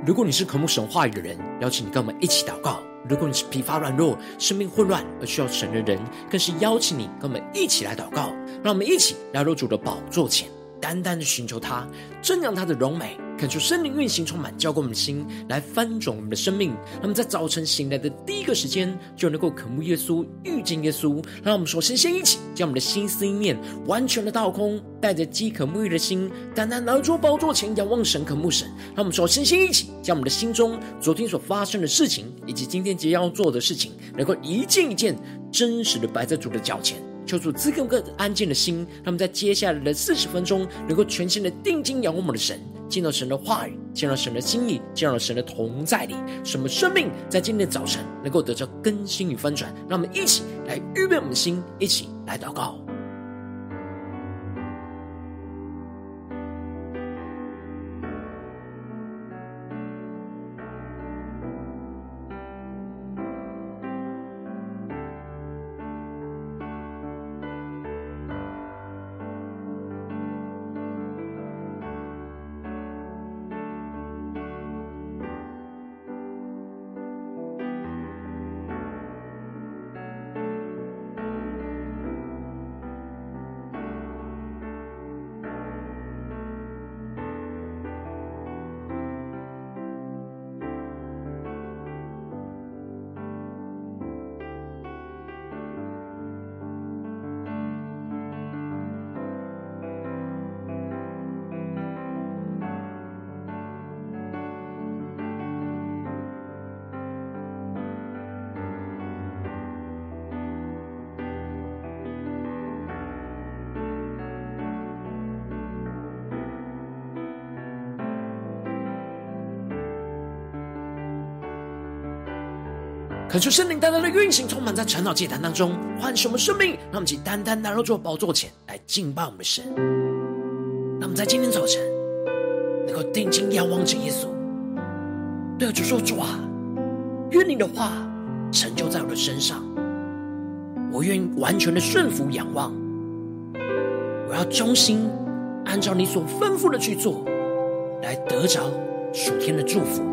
如果你是渴慕神话语的人，邀请你跟我们一起祷告。如果你是疲乏软弱、生命混乱而需要神的人，更是邀请你跟我们一起来祷告。让我们一起来到主的宝座前，单单的寻求他，瞻仰他的荣美，恳求圣灵运行充满，浇灌我们的心，来翻转我们的生命。那么在早晨醒来的第一个时间，就能够渴慕耶稣，遇见耶稣。让我们首先一起将我们的心思意念完全的倒空，带着饥渴沐浴的心，单单来到宝座前，仰望神，渴慕神。让我们首先一起将我们的心中昨天所发生的事情，以及今天即将要做的事情，能够一件一件真实的摆在主的脚前，求主赐更安静的心，让我们在接下来的40分钟，能够全心的定睛仰望我们的神，见到神的话语，见到神的心意，见到神的同在里，什么生命在今天的早晨能够得到更新与翻转。让我们一起来预备我们的心，一起来祷告。恳求圣灵单单的运行，充满在晨祷祭坛当中，唤醒我们生命。让我们一起单单来到主的宝座前来敬拜我们的神。让我们在今天早晨能够定睛仰望着耶稣，对主说：主啊，愿你的话成就在我的身上，我愿完全的顺服仰望，我要忠心按照你所吩咐的去做，来得着属天的祝福。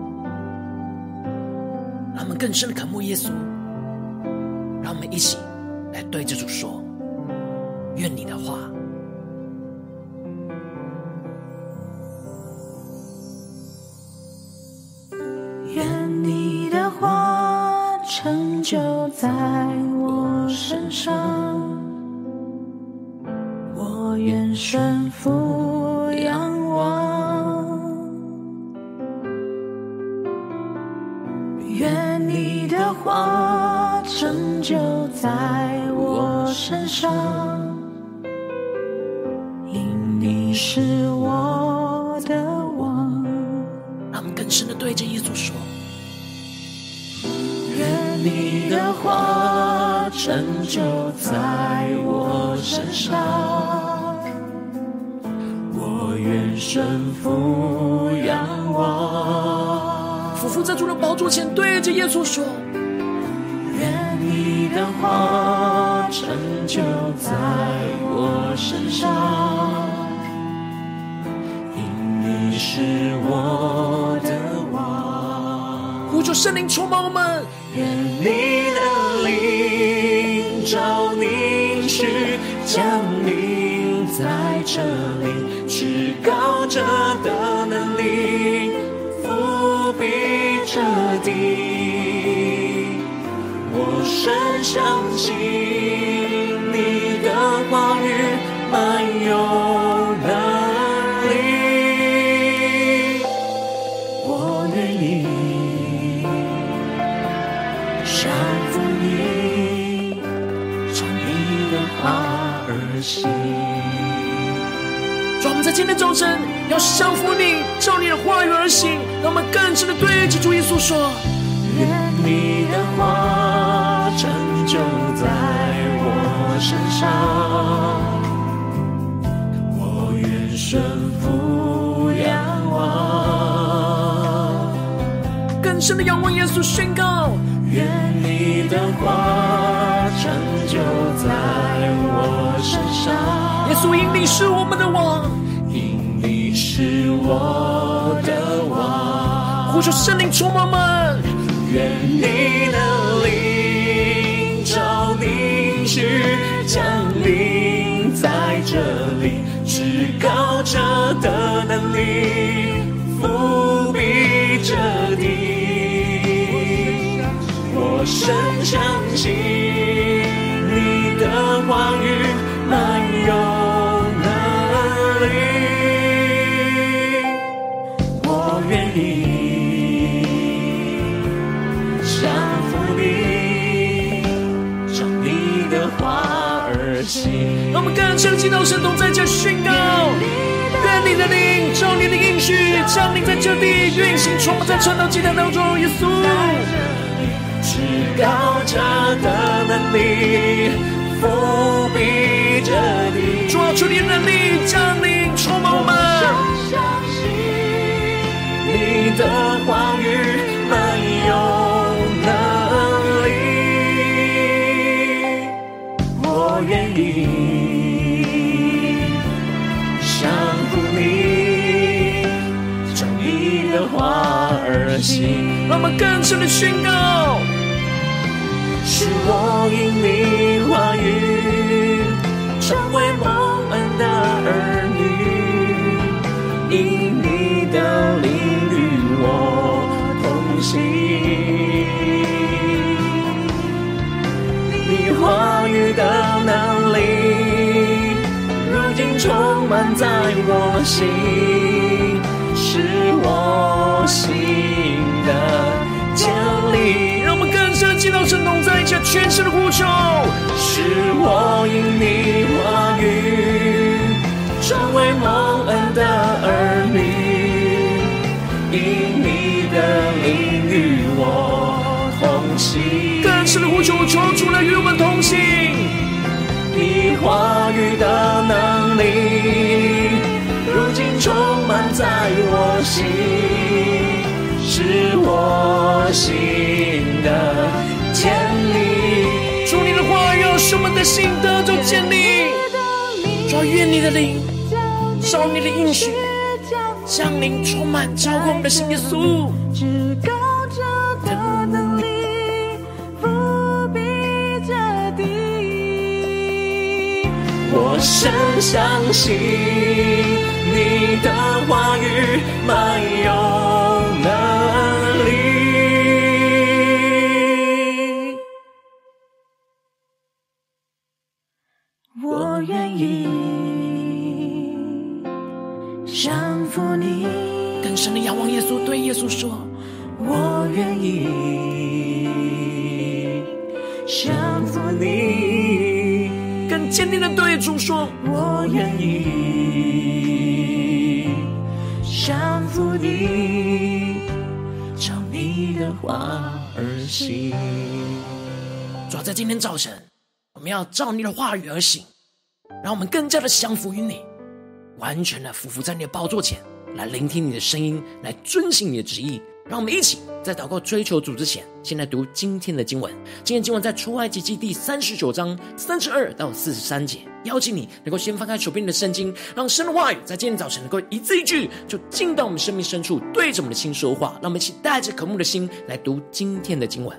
让我们更深的渴慕耶稣，让我们一起来对着主说：愿你的话愿你的话成就在我身上，我愿顺服仰望，愿你的话成就在我身上，因你是我的王。 让我们更深的对着耶稣说： 愿你的话成就在我身上，我愿顺服仰望。 俯伏在主的宝座前，对着耶稣说： 愿你的话成就在我身上，因你是我的王。 呼求圣灵充满我们， 愿你的灵照凝视，降临在这里，至高者的能力覆庇这地。我深相信你的话语满有能力，我愿意降服你，照你的话而行。 主，我们在今天早晨要降服你，照你的话语而行。让我们更深的对着主耶稣说： 愿你的话成就在我身上，我愿顺服仰望。 更深的仰望耶稣，宣告： 愿你的话成就在我身上。 耶稣，因你是我们的王， 因你是我的王。 求圣灵充满我们。 愿你的灵照凝视，降临在这里，至高者的能力覆庇这地。我深相信你的话语满有能力，我愿意降服你，照你的话而行。 让我们更深进到神同在家宣告，愿你的灵照你的应许降临在这地，运行充满在传道祭坛当中。耶稣至高者的能力覆庇这地， 主啊，求你的能力降临充满我们。 相信你的话语满有能力，我愿意降服你，照你的话而行。 让我们更深的宣告， 是我因你话语成为蒙恩的儿女，因你的灵与我同行，你话语的能力如今充满在我心，是我心的建立。 让我们更深的进到神同在一起全身的呼求， 是我因你话语成为蒙恩的儿女，因你的灵与我同行。 更深的呼求，求主来与我们同行。 你话语的能力如今充满在我心，是我心的建立。 主你的话语使我们的心得着建立，主要愿你的灵照你的应许降临充满浇灌我们的心。耶稣至高者的能力覆庇这地，我深相信你的话语满有能力，我愿意降服你。 更深的仰望耶稣，对耶稣说， 我愿意降服你， 更坚定的对主说， 我愿意降服你，照你的话而行。 主要在今天早晨，我们要照你的话语而行，让我们更加的降服于你，完全的俯伏在你的宝座前，来聆听你的声音，来遵行你的旨意。让我们一起在祷告追求主之前，先来读今天的经文。今天经文在出埃及记第39章32到43节。邀请你能够先翻开手边的圣经，让神的话语在今天早晨能够一字一句就进到我们生命深处，对着我们的心说话。让我们一起带着渴慕的心来读今天的经文。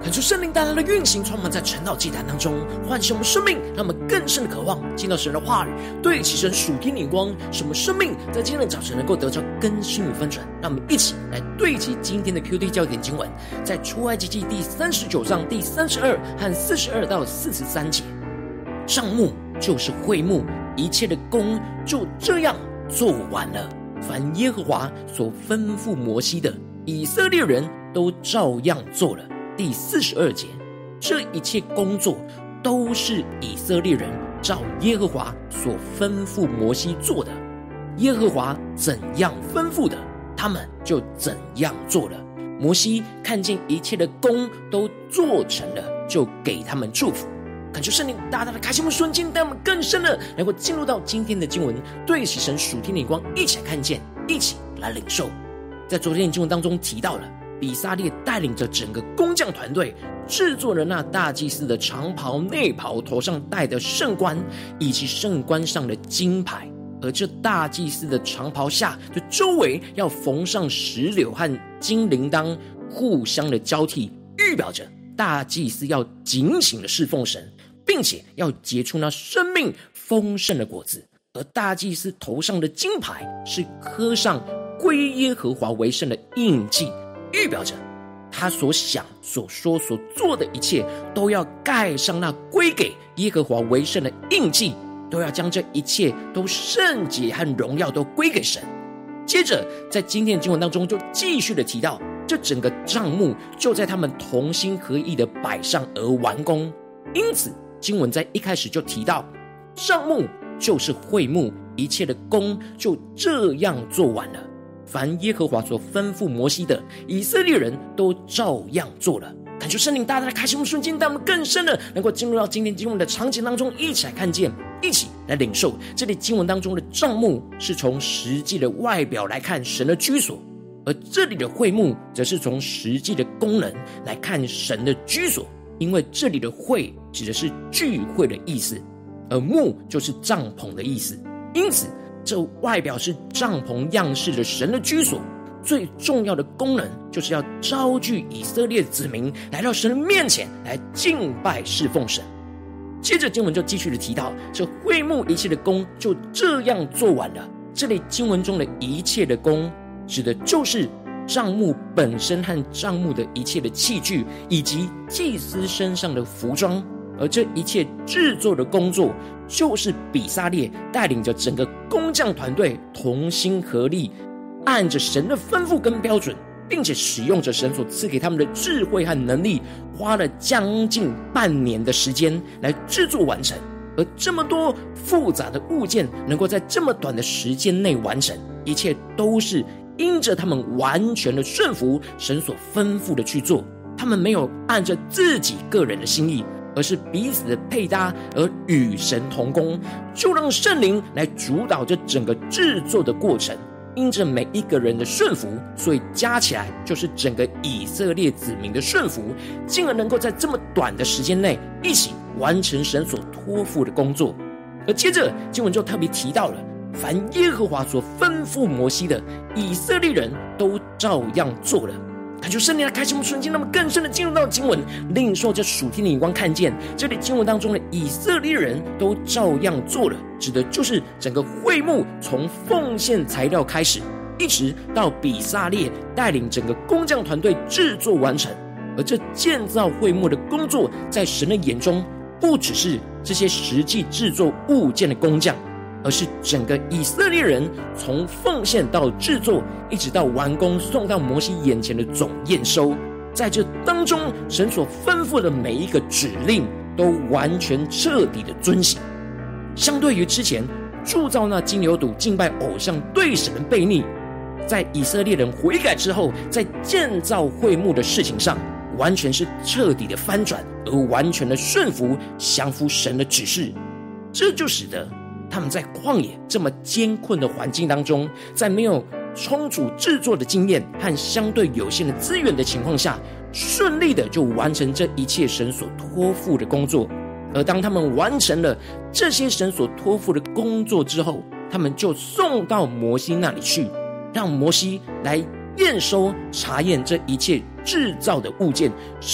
恳求圣灵带来的运行充满在晨祷祭坛当中，唤醒我们生命，让我们更深的渴望进到神的话语，对齐神属天眼光，使我们生命在今天的早晨能够得到更新与翻转。让我们一起来对齐今天的 QD 焦点经文，在出埃及记第39章第32和42到43节。帐幕就是会幕，一切的工就这样做完了。凡耶和华所吩咐摩西的，以色列人都照样做了。第42节，这一切工作都是以色列人照耶和华所吩咐摩西做的。耶和华怎样吩咐的，他们就怎样做了。摩西看见一切的工都做成了，就给他们祝福。恳求圣灵大大的开启我们瞬间，带我们更深的能够进入到今天的经文，对齐神属天的眼光，一起来看见，一起来领受。在昨天的经文当中提到了，比撒列带领着整个工匠团队制作了那大祭司的长袍、内袍、头上戴的圣冠，以及圣冠上的金牌。而这大祭司的长袍下的周围要缝上石榴和金铃铛，互相的交替，预表着大祭司要警醒的侍奉神，并且要结出那生命丰盛的果子。而大祭司头上的金牌是刻上归耶和华为圣的印记，预表着他所想、所说、所做的一切都要盖上那归给耶和华为圣的印记，都要将这一切都圣洁和荣耀都归给神。接着在今天的经文当中就继续的提到，这整个帐幕就在他们同心合意的摆上而完工。因此经文在一开始就提到，帐幕就是会幕，一切的工就这样做完了。凡耶和华所吩咐摩西的，以色列人都照样做了。感谢圣灵大大的开启我们瞬间，带我们更深的能够进入到今天经文的场景当中，一起来看见，一起来领受。这里经文当中的帐幕是从实际的外表来看神的居所，而这里的会幕则是从实际的功能来看神的居所。因为这里的会指的是聚会的意思，而幕就是帐篷的意思，因此这外表是帐篷样式的神的居所，最重要的功能就是要招聚以色列子民来到神的面前来敬拜侍奉神。接着经文就继续的提到，这会幕一切的工就这样做完了。这里经文中的一切的工指的就是帐幕本身和帐幕的一切的器具，以及祭司身上的服装。而这一切制作的工作，就是比撒列带领着整个工匠团队同心合力，按着神的吩咐跟标准，并且使用着神所赐给他们的智慧和能力，花了将近半年的时间来制作完成。而这么多复杂的物件能够在这么短的时间内完成，一切都是因着他们完全的顺服神所吩咐的去做。他们没有按着自己个人的心意，而是彼此的配搭，而与神同工，就让圣灵来主导这整个制作的过程。因着每一个人的顺服，所以加起来就是整个以色列子民的顺服，进而能够在这么短的时间内一起完成神所托付的工作。而接着经文就特别提到了，凡耶和华所吩咐摩西的，以色列人都照样做了。感谢圣灵的开启我们瞬间，那么更深的进入到经文，领受这属天的眼光，看见这里经文当中的以色列人都照样做了，指的就是整个会幕从奉献材料开始，一直到比撒列带领整个工匠团队制作完成。而这建造会幕的工作，在神的眼中，不只是这些实际制作物件的工匠，而是整个以色列人从奉献到制作，一直到完工送到摩西眼前的总验收。在这当中，神所吩咐的每一个指令都完全彻底的遵行。相对于之前铸造那金牛犊敬拜偶像对神的悖逆，在以色列人悔改之后，在建造会幕的事情上完全是彻底的翻转，而完全的顺服降服神的指示。这就使得他们在旷野这么艰困的环境当中，在没有充足制作的经验和相对有限的资源的情况下，顺利的就完成这一切神所托付的工作。而当他们完成了这些神所托付的工作之后，他们就送到摩西那里去，让摩西来验收查验这一切制造的物件是否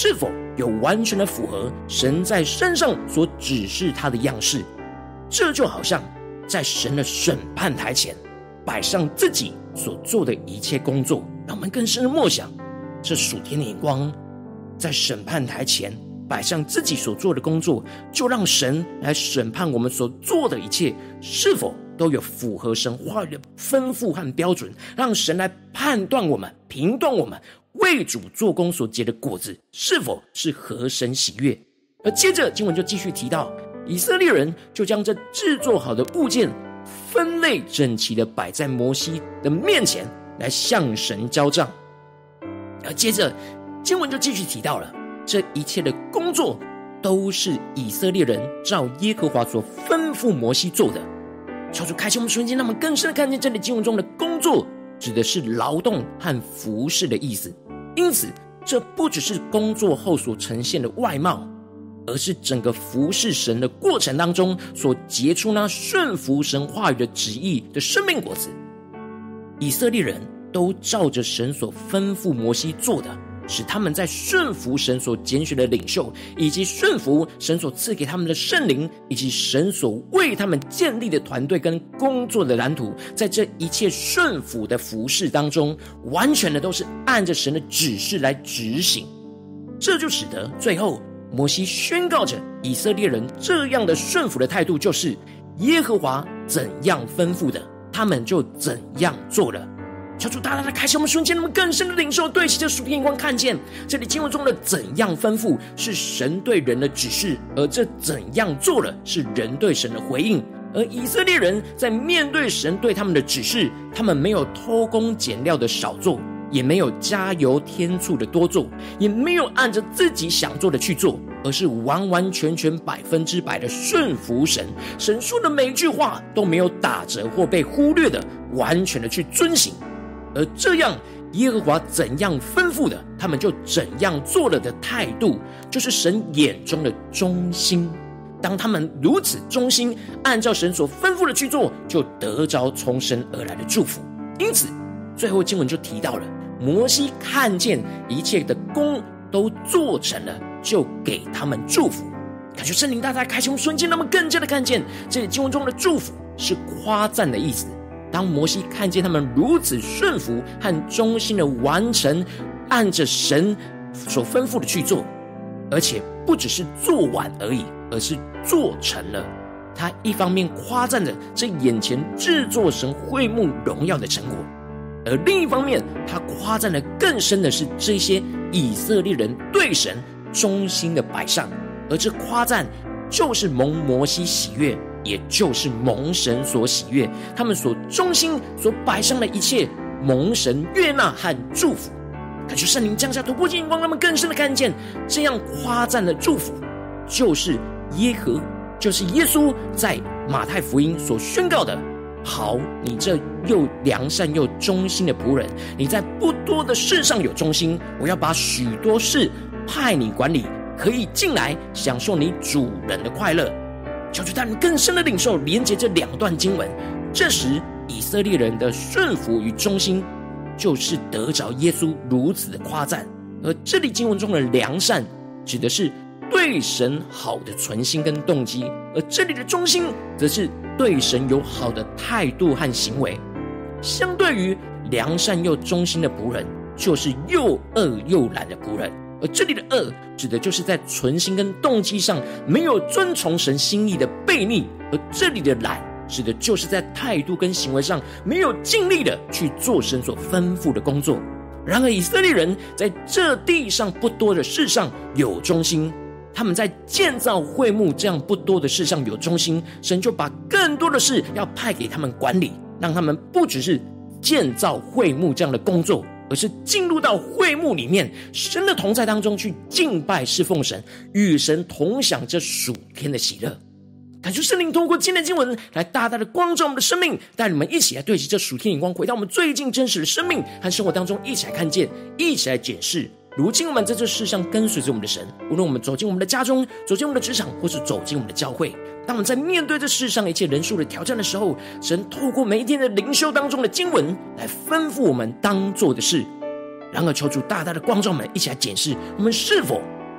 有完全的符合神在身上所指示他的样式。这就好像在神的审判台前摆上自己所做的一切工作，让我们更深的默想这属天的眼光，在审判台前摆上自己所做的工作，就让神来审判我们所做的一切是否都有符合神话语的吩咐和标准，让神来判断我们，评断我们为主做工所结的果子是否是合神喜悦。而接着经文就继续提到，以色列人就将这制作好的物件分类整齐的摆在摩西的面前，来向神交账。而接着经文就继续提到了，这一切的工作都是以色列人照耶和华所吩咐摩西做的。求主开启我们瞬间，让我们更深的看见这里经文中的工作指的是劳动和服事的意思。因此这不只是工作后所呈现的外貌，而是整个服事神的过程当中所结出那顺服神话语的旨意的生命果子。以色列人都照着神所吩咐摩西做的，使他们在顺服神所拣选的领袖，以及顺服神所赐给他们的圣灵，以及神所为他们建立的团队跟工作的蓝图，在这一切顺服的服事当中，完全的都是按着神的指示来执行。这就使得最后摩西宣告着以色列人这样的顺服的态度，就是耶和华怎样吩咐的，他们就怎样做了。求主大大的开启我们瞬间，那么更深的领受，对齐这属天眼光，看见这里经文中的怎样吩咐是神对人的指示，而这怎样做了是人对神的回应。而以色列人在面对神对他们的指示，他们没有偷工减料的少做，也没有加油添醋的多做，也没有按着自己想做的去做，而是完完全全100%的顺服神。神说的每一句话都没有打折或被忽略的，完全的去遵行。而这样耶和华怎样吩咐的，他们就怎样做了的态度，就是神眼中的忠心。当他们如此忠心，按照神所吩咐的去做，就得着从神而来的祝福。因此最后经文就提到了，摩西看见一切的工都做成了，就给他们祝福。感觉圣灵大大开启我们瞬间，那么更加的看见这里经文中的祝福是夸赞的意思。当摩西看见他们如此顺服和忠心的完成按着神所吩咐的去做，而且不只是做完而已，而是做成了，他一方面夸赞着这眼前制作神会幕荣耀的成果，而另一方面他夸赞的更深的是这些以色列人对神忠心的摆上，而这夸赞就是蒙摩西喜悦，也就是蒙神所喜悦，他们所忠心所摆上的一切蒙神悦纳和祝福。感谢圣灵降下突破性眼光，让我们更深的看见这样夸赞的祝福就是耶稣在马太福音所宣告的，好，你这又良善又忠心的仆人，你在不多的事上有忠心，我要把许多事派你管理，可以进来享受你主人的快乐。求主带领更深的领受，连接这两段经文。这时以色列人的顺服与忠心，就是得着耶稣如此的夸赞。而这里经文中的良善，指的是对神好的存心跟动机，而这里的忠心，则是对神有好的态度和行为。相对于良善又忠心的仆人，就是又恶又懒的仆人。而这里的恶，指的就是在存心跟动机上没有遵从神心意的悖逆；而这里的懒，指的就是在态度跟行为上没有尽力的去做神所吩咐的工作。然而以色列人在这地上不多的事上有忠心，他们在建造会幕这样不多的事上有忠心，神就把更多的事要派给他们管理，让他们不只是建造会幕这样的工作，而是进入到会幕里面神的同在当中去敬拜侍奉神，与神同享这属天的喜乐。感谢圣灵通过今天的经文来大大的光照我们的生命，带你们一起来对齐这属天眼光，回到我们最近真实的生命和生活当中，一起来看见，一起来检视。如今我们在这世上跟随着我们的神，无论我们走进我们的家中，走进我们的职场，或是走进我们的教会，当我们在面对这世上一切人数的挑战的时候，神透过每一天的灵修当中的经文来吩咐我们当做的事。然而求主大大的光照我们，一起来检视我们是否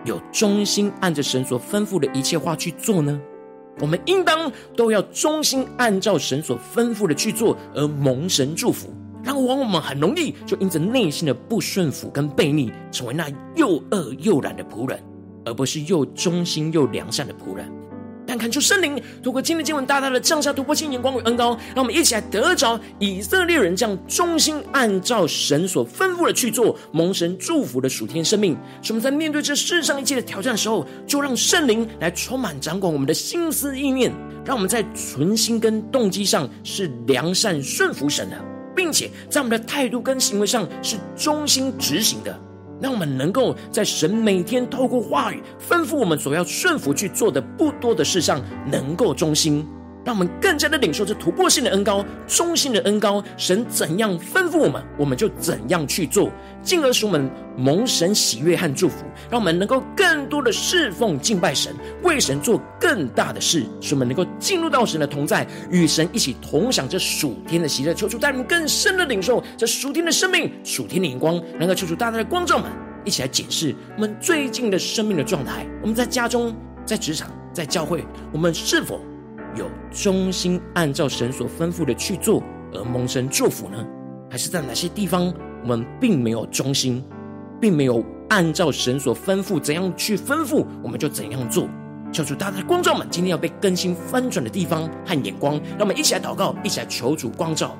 有忠心按着神所吩咐的一切话去做呢？我们应当都要忠心按照神所吩咐的去做，而蒙神祝福。然而往往我们很容易就因着内心的不顺服跟悖逆，成为那又恶又懒的仆人，而不是又忠心又良善的仆人。但恳求圣灵透过今天的经文大大的降下突破性眼光与恩膏，让我们一起来得着以色列人这样忠心按照神所吩咐的去做，蒙神祝福的属天生命。使我们在面对这世上一切的挑战的时候，就让圣灵来充满掌管我们的心思意念，让我们在存心跟动机上是良善顺服神的，并且在我们的态度跟行为上是忠心执行的。让我们能够在神每天透过话语吩咐我们所要顺服去做的不多的事上能够忠心，让我们更加的领受这突破性的恩膏、忠心的恩膏。神怎样吩咐我们，我们就怎样去做，进而使我们蒙神喜悦和祝福，让我们能够更多的侍奉敬拜神，为神做更大的事，使我们能够进入到神的同在，与神一起同享这属天的喜乐。求主带我们更深的领受这属天的生命、属天的眼光，能够求主大大的光照们一起来检视我们最近的生命的状态。我们在家中、在职场、在教会，我们是否有忠心按照神所吩咐的去做而蒙神祝福呢？还是在哪些地方我们并没有忠心，并没有按照神所吩咐怎样去吩咐我们就怎样做？求主大大的光照们今天要被更新翻转的地方和眼光，让我们一起来祷告，一起来求主光照。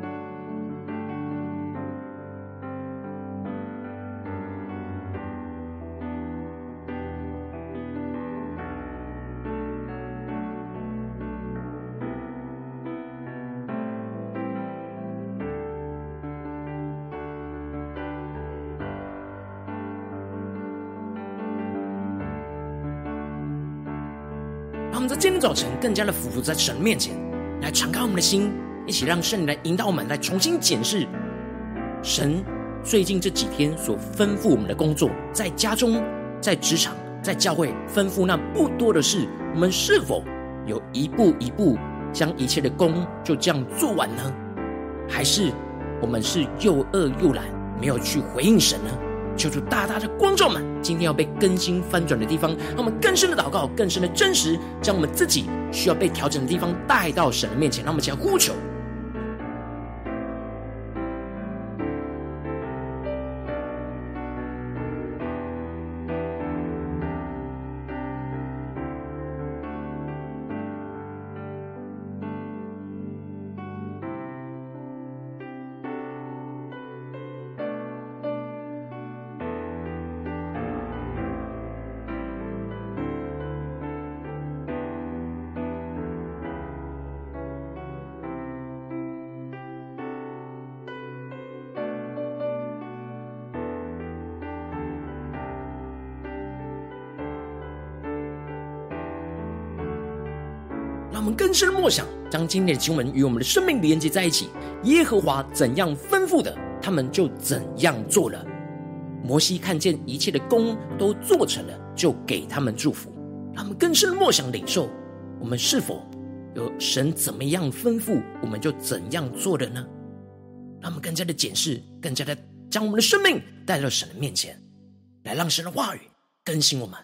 让我们在今天早晨更加的俯伏在神面前，来敞开我们的心，一起让圣灵来引导我们，来重新检视神最近这几天所吩咐我们的工作，在家中、在职场、在教会吩咐那不多的事，我们是否有一步一步将一切的工就这样做完呢？还是我们是又恶又懒，没有去回应神呢？求主大大的光照们今天要被更新翻转的地方，让我们更深的祷告，更深的真实，将我们自己需要被调整的地方带到神的面前。让我们一起来呼求。让我们更深的默想，将今天的经文与我们的生命连接在一起。耶和华怎样吩咐的，他们就怎样做了。摩西看见一切的工都做成了，就给他们祝福。让我们更深的默想领受，我们是否有神怎么样吩咐，我们就怎样做的呢？让我们更加的检视，更加的将我们的生命带到神的面前，来让神的话语更新我们。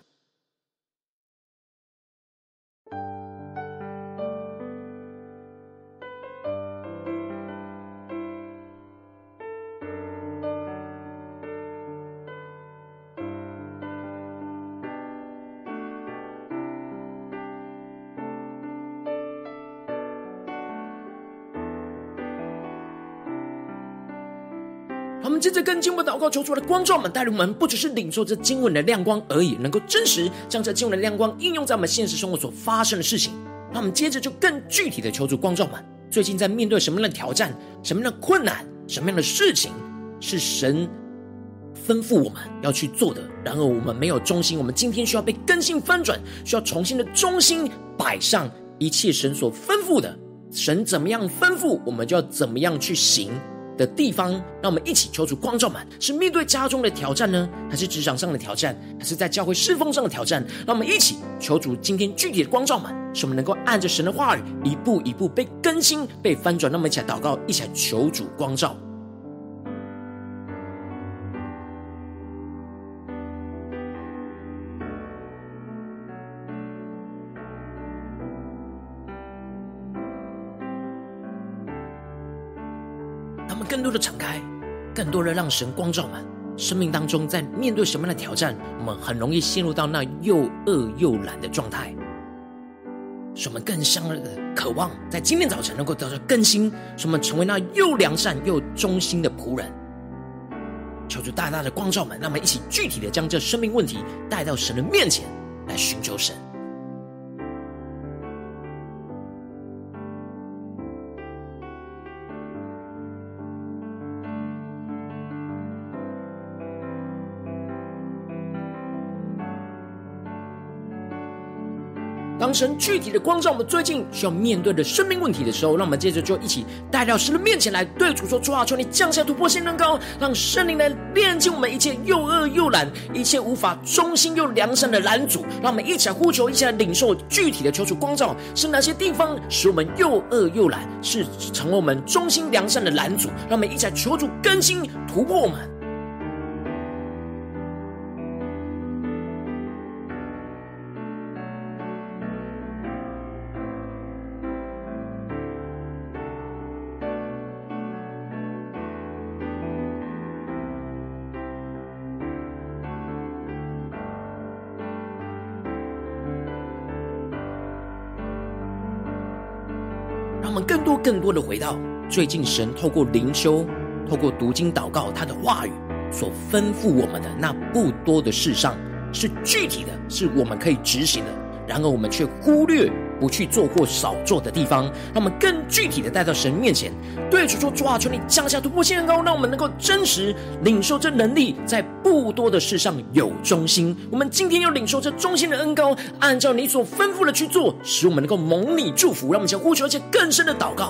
我们接着跟经文祷告，求主的光照们带领我们，不只是领受这经文的亮光而已，能够真实将这经文的亮光应用在我们现实生活所发生的事情。那我们接着就更具体的求主光照们，最近在面对什么样的挑战、什么样的困难、什么样的事情，是神吩咐我们要去做的，然而我们没有忠心，我们今天需要被更新翻转，需要重新的忠心摆上一切神所吩咐的，神怎么样吩咐，我们就要怎么样去行的地方。让我们一起求主光照们，是面对家中的挑战呢，还是职场上的挑战，还是在教会侍奉上的挑战？让我们一起求主今天具体的光照们，使我们能够按着神的话语一步一步被更新、被翻转。让我们一起来祷告，一起来求主光照。 让我们更多的敞开，更多的让神光照们生命当中，在面对什么样的挑战，我们很容易陷入到那又饿又懒的状态，使我们更深的渴望在今天早晨能够得到更新，使我们成为那又良善又忠心的仆人。求主大大的光照们，让我们一起具体的将这生命问题带到神的面前来寻求神。当神具体的光照我们最近需要面对的生命问题的时候，让我们接着就一起带到神的面前来，对主说：主啊，求你降下突破性能高，让圣灵来炼净我们一切又恶又懒，一切无法忠心又良善的拦阻。让我们一起来呼求，一起来领受具体的求主光照，是哪些地方使我们又恶又懒，是成为我们忠心良善的拦阻。让我们一起来求主更新突破我们。让我们更多的回到最近神透过灵修，透过读经祷告他的话语所吩咐我们的那不多的事上，是具体的，是我们可以执行的，然而我们却忽略不去做或少做的地方。让我们更具体的带到神面前，对主说：主啊，求你降下突破性的高，让我们能够真实领受这能力，在不多的事上有忠心。我们今天要领受这忠心的恩膏，按照你所吩咐的去做，使我们能够蒙你祝福。让我们先呼求，而且更深的祷告。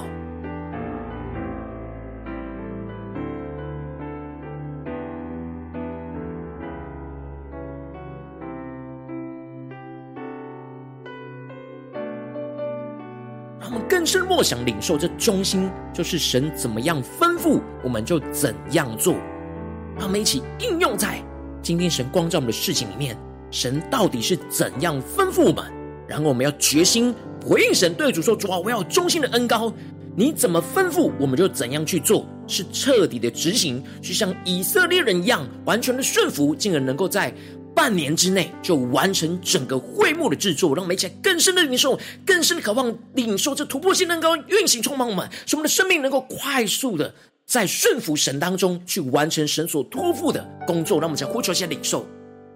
让我们更深默想领受这忠心，就是神怎么样吩咐我们就怎样做。让我们一起应用在今天神光照我们的事情里面，神到底是怎样吩咐我们，然后我们要决心回应神，对主说：主啊，我要有忠心的恩膏，你怎么吩咐我们就怎样去做，是彻底的执行，就像以色列人一样完全的顺服，进而能够在半年之内就完成整个会幕的制作。让我们一起来更深的领受，更深的渴望领受这突破性恩膏运行充满我们，使我们的生命能够快速的在顺服神当中去完成神所托付的工作。让我们再呼求一下领受。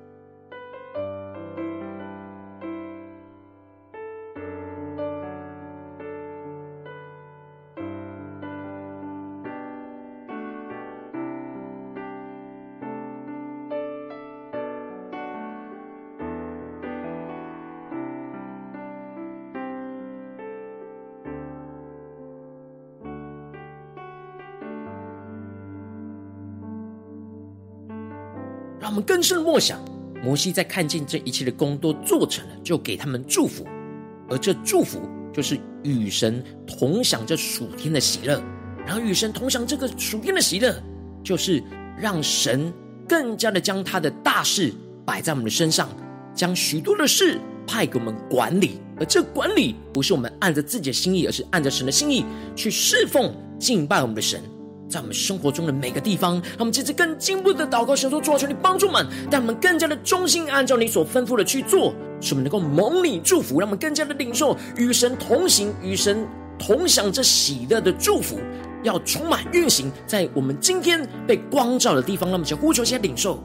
让我们更深默想，摩西在看见这一切的工都做成了，就给他们祝福，而这祝福就是与神同享这属天的喜乐。然后与神同享这个属天的喜乐，就是让神更加的将他的大事摆在我们的身上，将许多的事派给我们管理。而这管理不是我们按着自己的心意，而是按着神的心意去侍奉敬拜我们的神。在我们生活中的每个地方，让我们接着更进一步的祷告，神说：主啊，求你帮助我们，让我们更加的忠心，按照你所吩咐的去做，使我们能够蒙你祝福，让我们更加的领受与神同行，与神同享这喜乐的祝福，要充满运行在我们今天被光照的地方。让我们先呼求，先领受。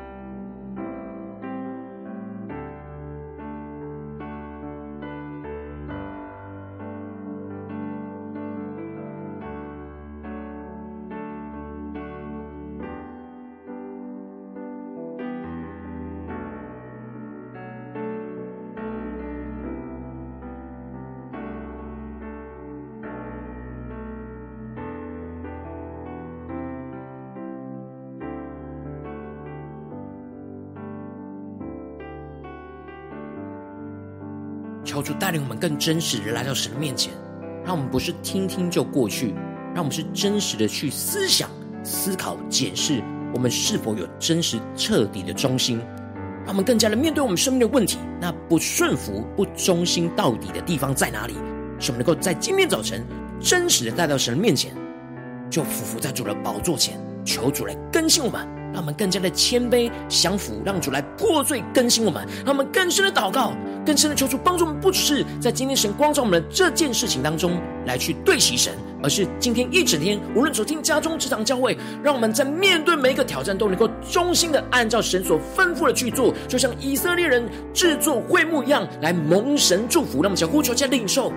求主带领我们更真实的来到神的面前，让我们不是听听就过去，让我们是真实的去思想、思考、检视我们是否有真实彻底的忠心，让我们更加的面对我们生命的问题，那不顺服、不忠心到底的地方在哪里，使我们能够在今天早晨真实的带到神的面前， 就俯伏在主的宝座前，求主来更新我们，让我们更加的谦卑降服，让主来破碎更新我们，让我们更深的祷告，更深的求主帮助我们，不只是在今天神光照我们的这件事情当中来去对齐神，而是今天一整天，无论走进家中、职场、教会，让我们在面对每一个挑战都能够忠心的按照神所吩咐的去做，就像以色列人制作会幕一样，来蒙神祝福。让我们想呼求加领受。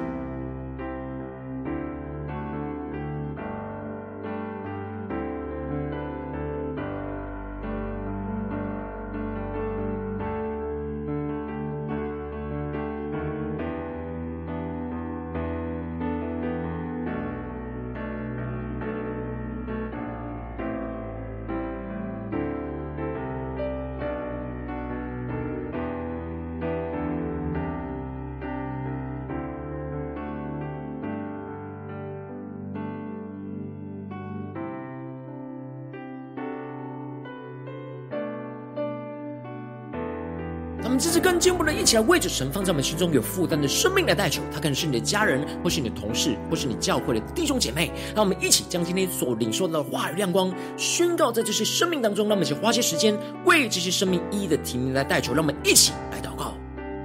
我们这次更进一步的一起来为着神放在我们心中有负担的生命来代求，他可能是你的家人，或是你的同事，或是你教会的弟兄姐妹。让我们一起将今天所领受到的话语亮光宣告在这些生命当中，让我们一起花些时间为这些生命一一的提名来代求。让我们一起来祷告。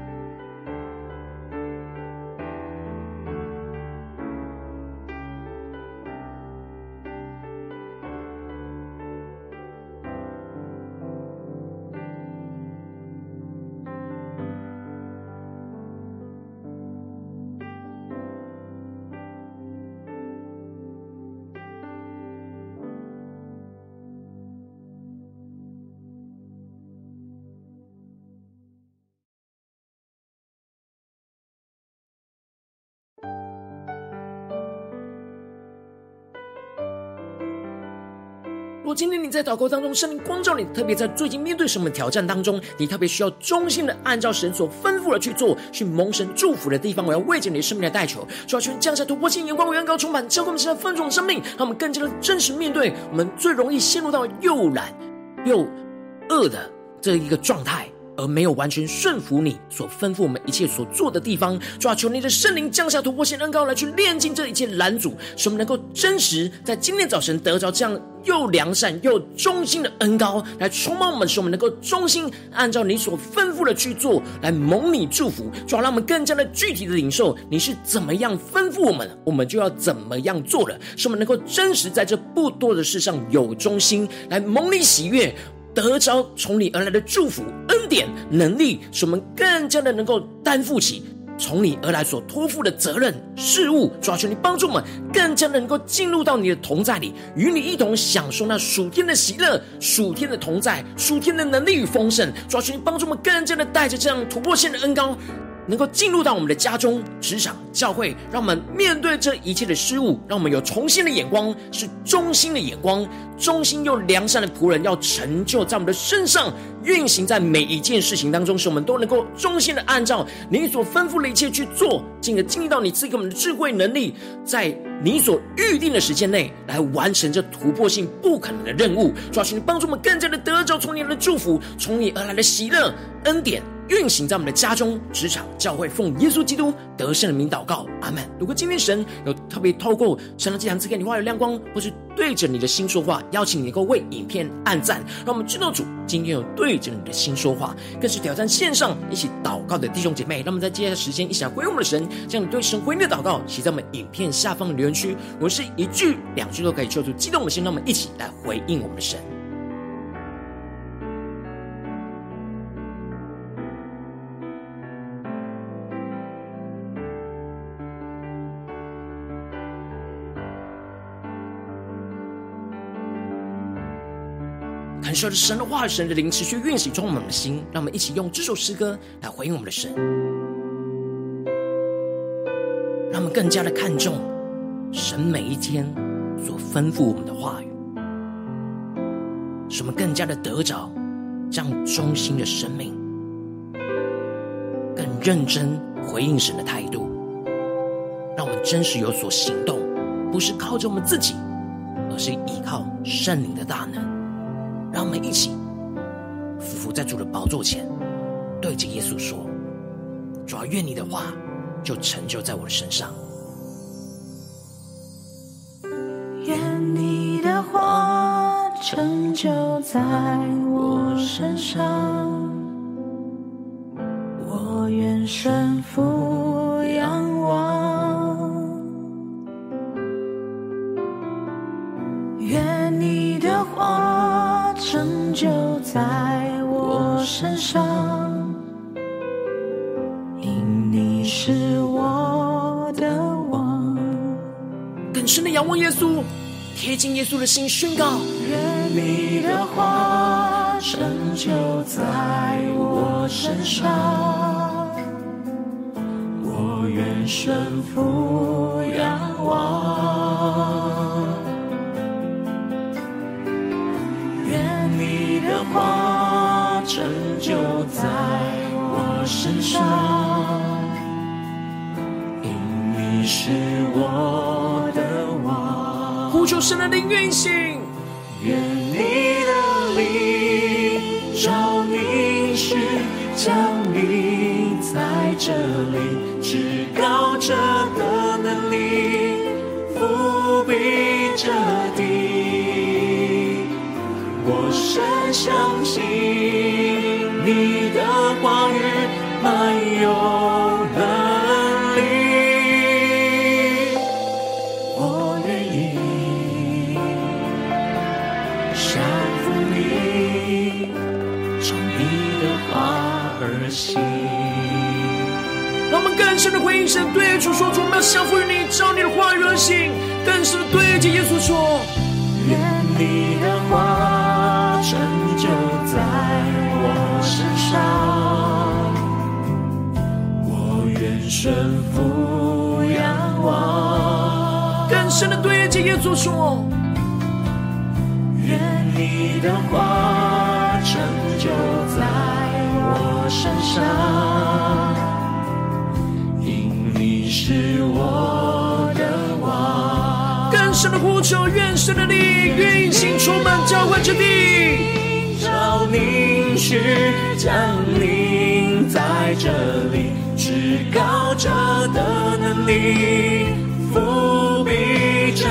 如果今天你在祷告当中，圣灵光照你，特别在最近面对什么挑战当中，你特别需要忠心的按照神所吩咐的去做，去蒙神祝福的地方，我要为着你的生命来代求，主要去降下突破性眼光，远高充满，教灌我们现在分众的生命，让我们更加的真实面对我们最容易陷入到又懒又饿的这一个状态，而没有完全顺服你所吩咐我们一切所做的地方。主啊，求你的圣灵降下突破性恩膏来去炼净这一切拦阻，使我们能够真实在今天早晨得着这样又良善又忠心的恩膏来充满我们，使我们能够忠心按照你所吩咐的去做，来蒙你祝福。主啊，让我们更加的具体的领受你是怎么样吩咐我们，我们就要怎么样做了，使我们能够真实在这不多的事上有忠心，来蒙你喜悦，得着从你而来的祝福、恩典、能力，使我们更加的能够担负起从你而来所托付的责任事物。主啊，求你帮助我们更加的能够进入到你的同在里，与你一同享受那属天的喜乐、属天的同在、属天的能力与丰盛。主啊，求你帮助我们更加的带着这样突破性的恩膏，能够进入到我们的家中、职场、教会，让我们面对这一切的事物，让我们有重新的眼光，是忠心的眼光，忠心又良善的仆人，要成就在我们的身上，运行在每一件事情当中，使我们都能够忠心的按照你所吩咐的一切去做，进而经历到你赐给我们的智慧能力，在你所预定的时间内来完成这突破性不可能的任务。主啊，请你帮助我们更加的得着从你的祝福，从你而来的喜乐、恩典，运行在我们的家中、职场、教会，奉耶稣基督得胜的名祷告，阿们。如果今天神有特别透过神的这堂赐给你话语亮光，或是对着你的心说话，邀请你能够为影片按赞，让我们知道主今天有对着你的心说话，更是挑战线上一起祷告的弟兄姐妹，让我们在接下来的时间一起来回应我们的神，将你对神回应的祷告写在我们影片下方的留言区，我是一句两句都可以揪出激动我们的心，让我们一起来回应我们的神。感受着神的话语、神的灵持续运行充满我们的心，让我们一起用这首诗歌来回应我们的神，让我们更加的看重神每一天所吩咐我们的话语，使我们更加的得着这样忠心的生命，更认真回应神的态度，让我们真实有所行动，不是靠着我们自己，而是依靠圣灵的大能。让我们一起俯伏在主的宝座前，对着耶稣说：主啊，愿你的话就成就在我的身上。 愿你的话成就在我身上，我愿顺服仰望。愿你的话成就在我身上，因你是我的王。 更深的仰望耶稣，贴近耶稣的心，宣告： 愿你的话成就在我身上，我愿顺服仰望。愿你的话成就在我身上，因你是我的王。 呼求神的灵运行， 愿你的灵照凝视，降临在这里，至高者的能力覆庇这地。我深相信你的话语满有能力，我愿意降服你，照你的话而行。 让我们更深的回应神，对主说：主，我们要降服于你，照你的话语而行。更深的对着耶稣说： 愿你的话成就在我身上，我愿顺服仰望。 更深的对着耶稣说： 愿你的话成就在我身上，因你是我的王。 更深的呼求，愿神的灵运行，充满浇灌之地， 照凝视，降临在这里，至高者的能力覆庇这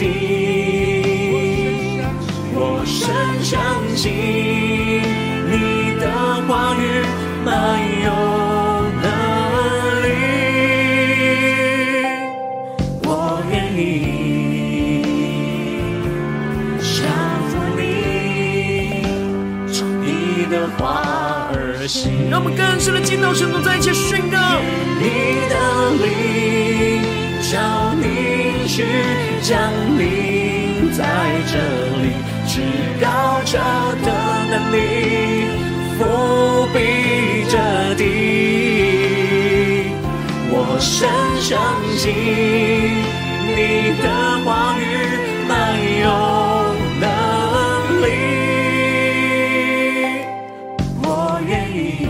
地。我深相信你的话语满有能力，我愿意降服你，照你的话而行。 让我们更深的进到神同在一起宣告： 你的灵照凝视，降临在这里，至高者的能力覆庇这地。我深相信你的话语满有能力，我愿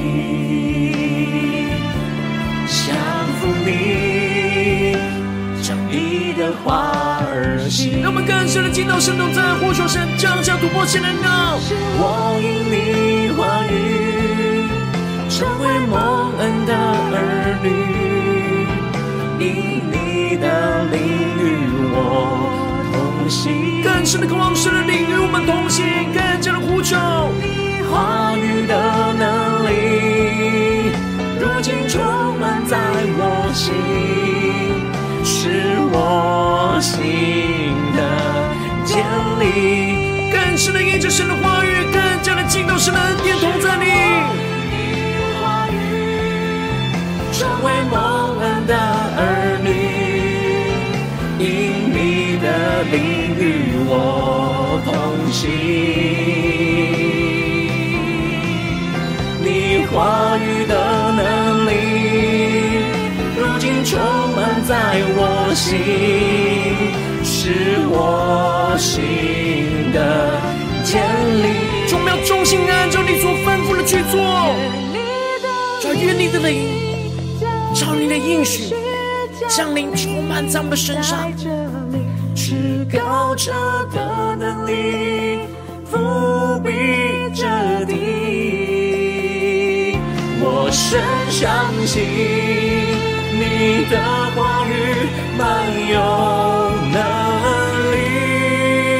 意降服你，照你的话而行。 让我们更深的进到神同在，呼求神降下突破性的能量。 我因你话语成为蒙恩的儿女，因你的灵与我同行。 更深的渴望神的灵与我们同行，更加的呼求你话语的能力如今充满在我心，是我心的建立。 更深的依着神的话语，更加的进到神的恩典同在里， 话语成为蒙恩的儿女，因你的灵与我同行。你话语的能力如今充满在我心，是我心的建立。 我们要忠心按照你所吩咐的去做，要愿你的灵照你的应许降临充满在我们的身上， 至高者的能力覆庇这地。我深相信你的话语满有能力，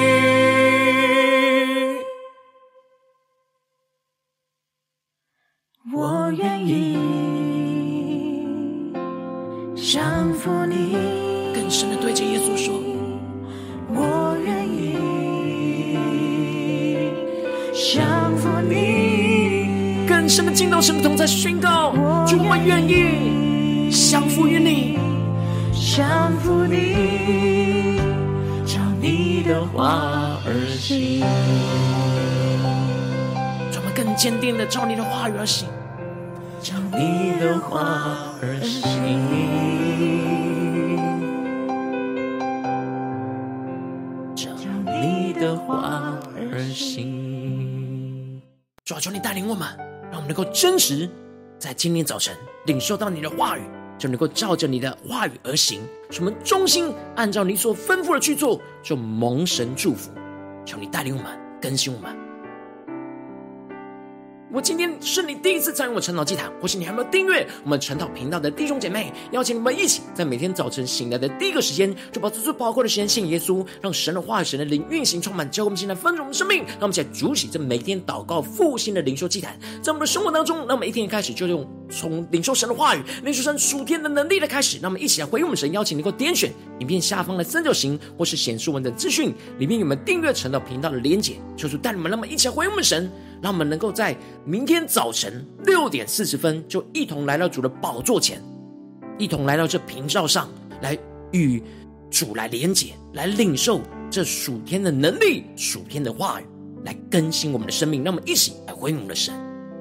降服你， 更深的对着耶稣说， 我愿意降服你， 更深的进到神的同在宣告，主我们愿意降服于你， 降服你，照你的话而行。 主我们更坚定的照你的话语而行， 照你的话而行，照你的话而行。 主啊，求你带领我们，让我们能够真实在今天早晨领受到你的话语，就能够照着你的话语而行，使我们忠心按照你所吩咐的去做，就蒙神祝福。求你带领我们，更新我们。如果今天是你第一次参与我们晨祷祭坛，或是你还没有订阅我们晨祷频道的弟兄姐妹，邀请你们一起在每天早晨醒来的第一个时间，就把最宝贵的时间献耶稣，让神的话语、神的灵运行充满，教我们现在丰盛我们的生命。让我们一起来主起这每天祷告复兴的灵修祭坛，在我们的生活当中，让我们一天一开始就用从领受神的话语、领受神属天的能力的开始。让我们一起来回应我们神，邀请你能够点选影片下方的三角形，或是显示文的资讯里面有我们订阅晨祷频道的连结，求主带你们，让我们一起来回应我们神，让我们能够在明天早晨6:40就一同来到主的宝座前，一同来到这屏罩上，来与主来连结，来领受这属天的能力、属天的话语，来更新我们的生命。让我们一起来回应我们的神。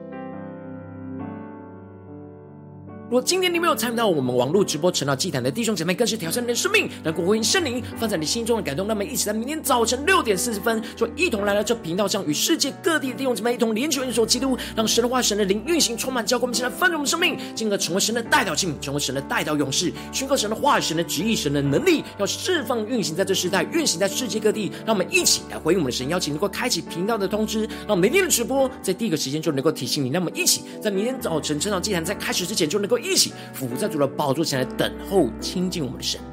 如果今天你没有参与到我们网络直播晨祷祭坛的弟兄姐妹，更是挑战你的生命，能够回应圣灵放在你心中的感动。那么一起在明天早晨6:40就一同来到这频道上，与世界各地的弟兄姐妹一同联结元首基督，让神的话、神的灵运行充满，教灌我们现在丰盛我们生命，进而成为神的代祷器皿，成为神的代祷勇士，宣告神的话语、神的旨意、神的能力，要释放运行在这世代，运行在世界各地。让我们一起来回应我们的神，邀请能够开启频道的通知，让每天的直播在第一个时间就能够提醒你。那么一起在明天早晨晨祷祭坛在开始之前，就能够一起俯伏在主的宝座前来等候亲近我们的神。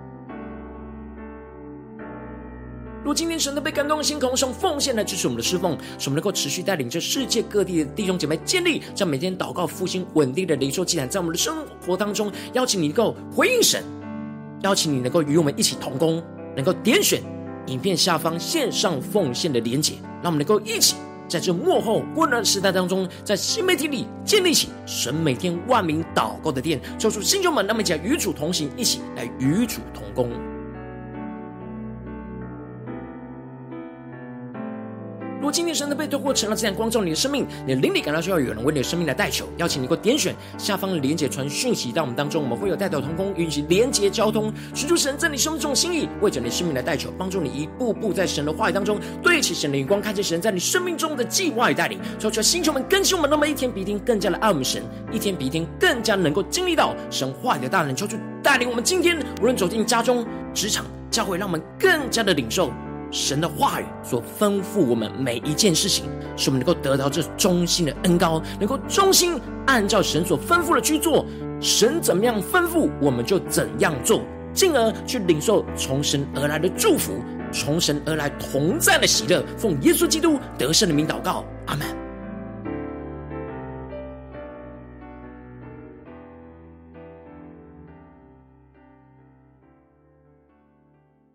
如果今天神的被感动的心，渴望奉献来支持我们的侍奉，使我们能够持续带领这世界各地的弟兄姐妹建立这样每天祷告复兴稳定的灵修祭坛，在我们的生活当中，邀请你能够回应神，邀请你能够与我们一起同工，能够点选影片下方线上奉献的连结，让我们能够一起在这末后混乱的时代当中，在新媒体里建立起神每天万名祷告的殿，救出弟兄们，让我们一起来与主同行，一起来与主同工。如果今天神的被透过成了这样光照你的生命，你的灵里感到需要有人为你的生命来代求，邀请你能够点选下方的连结传讯息到我们当中，我们会有代祷同工与你连结交通，寻求神在你生命中的心意，为着你的生命来代求，帮助你一步步在神的话语当中对齐神的眼光，看见神在你生命中的计划与带领。求主星球们更新我们，那么一天比一天更加的爱我们神，一天比一天更加能够经历到神话语的大能。求主带领我们今天无论走进家中、职场、教会，让我们更加的领受神的话语所吩咐我们每一件事情，使我们能够得到这忠心的恩膏，能够忠心按照神所吩咐的去做，神怎么样吩咐我们就怎样做，进而去领受从神而来的祝福，从神而来同在的喜乐。奉耶稣基督得胜的名祷告，阿们。